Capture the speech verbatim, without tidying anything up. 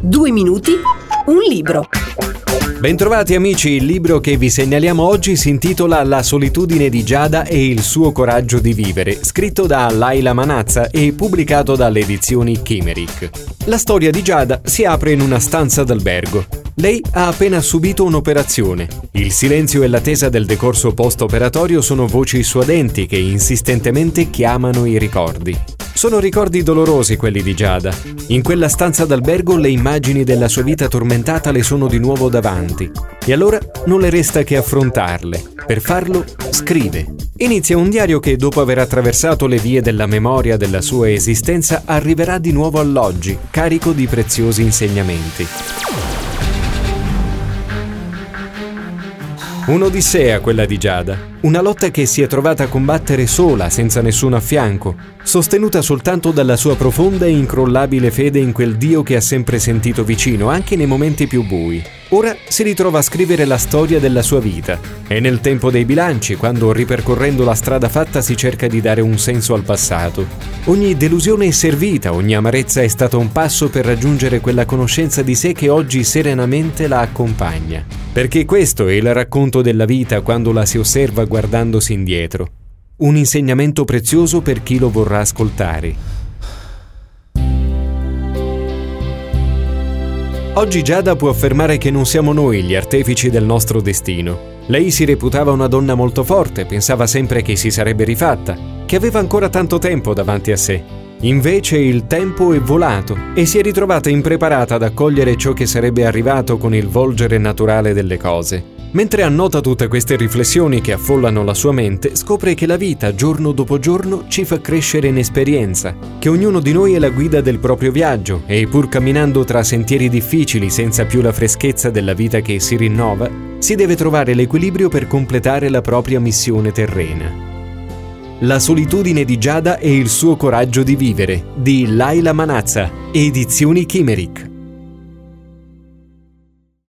Due minuti, un libro. Bentrovati amici, il libro che vi segnaliamo oggi si intitola La solitudine di Giada e il suo coraggio di vivere, scritto da Laila Manazza e pubblicato dalle edizioni Chimeric. La storia di Giada si apre in una stanza d'albergo. Lei ha appena subito un'operazione. Il silenzio e l'attesa del decorso post-operatorio sono voci suadenti che insistentemente chiamano i ricordi. Sono ricordi dolorosi quelli di Giada. In quella stanza d'albergo le immagini della sua vita tormentata le sono di nuovo davanti. E allora non le resta che affrontarle. Per farlo, scrive. Inizia un diario che, dopo aver attraversato le vie della memoria della sua esistenza, arriverà di nuovo all'oggi, carico di preziosi insegnamenti. Un'odissea quella di Giada, una lotta che si è trovata a combattere sola, senza nessuno a fianco, sostenuta soltanto dalla sua profonda e incrollabile fede in quel Dio che ha sempre sentito vicino, anche nei momenti più bui. Ora si ritrova a scrivere la storia della sua vita. È nel tempo dei bilanci, quando ripercorrendo la strada fatta si cerca di dare un senso al passato. Ogni delusione è servita, ogni amarezza è stata un passo per raggiungere quella conoscenza di sé che oggi serenamente la accompagna. Perché questo è il racconto della vita quando la si osserva guardandosi indietro. Un insegnamento prezioso per chi lo vorrà ascoltare. Oggi Giada può affermare che non siamo noi gli artefici del nostro destino. Lei si reputava una donna molto forte, pensava sempre che si sarebbe rifatta, che aveva ancora tanto tempo davanti a sé. Invece il tempo è volato e si è ritrovata impreparata ad accogliere ciò che sarebbe arrivato con il volgere naturale delle cose. Mentre annota tutte queste riflessioni che affollano la sua mente, scopre che la vita, giorno dopo giorno, ci fa crescere in esperienza, che ognuno di noi è la guida del proprio viaggio e, pur camminando tra sentieri difficili senza più la freschezza della vita che si rinnova, si deve trovare l'equilibrio per completare la propria missione terrena. La solitudine di Giada e il suo coraggio di vivere, di Laila Manazza, edizioni Chimeric.